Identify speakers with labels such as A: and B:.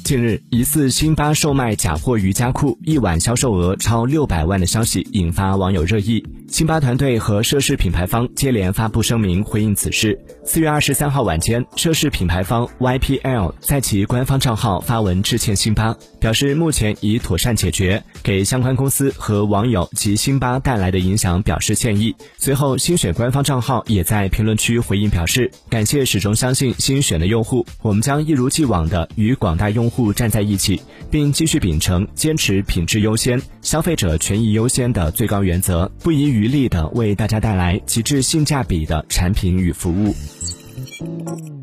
A: 近日，疑似辛巴售卖假货瑜伽裤，一晚销售额超600万的消息引发网友热议。辛巴团队和涉事品牌方接连发布声明回应此事。4月23号晚间，涉事品牌方 YPL 在其官方账号发文致歉辛巴，表示目前已妥善解决，给相关公司和网友及辛巴带来的影响表示歉意。随后，新选官方账号也在评论区回应表示，感谢始终相信新选的用户，我们将一如既往的与广大用户站在一起，并继续秉承坚持品质优先、消费者权益优先的最高原则，不遗余力地为大家带来极致性价比的产品与服务。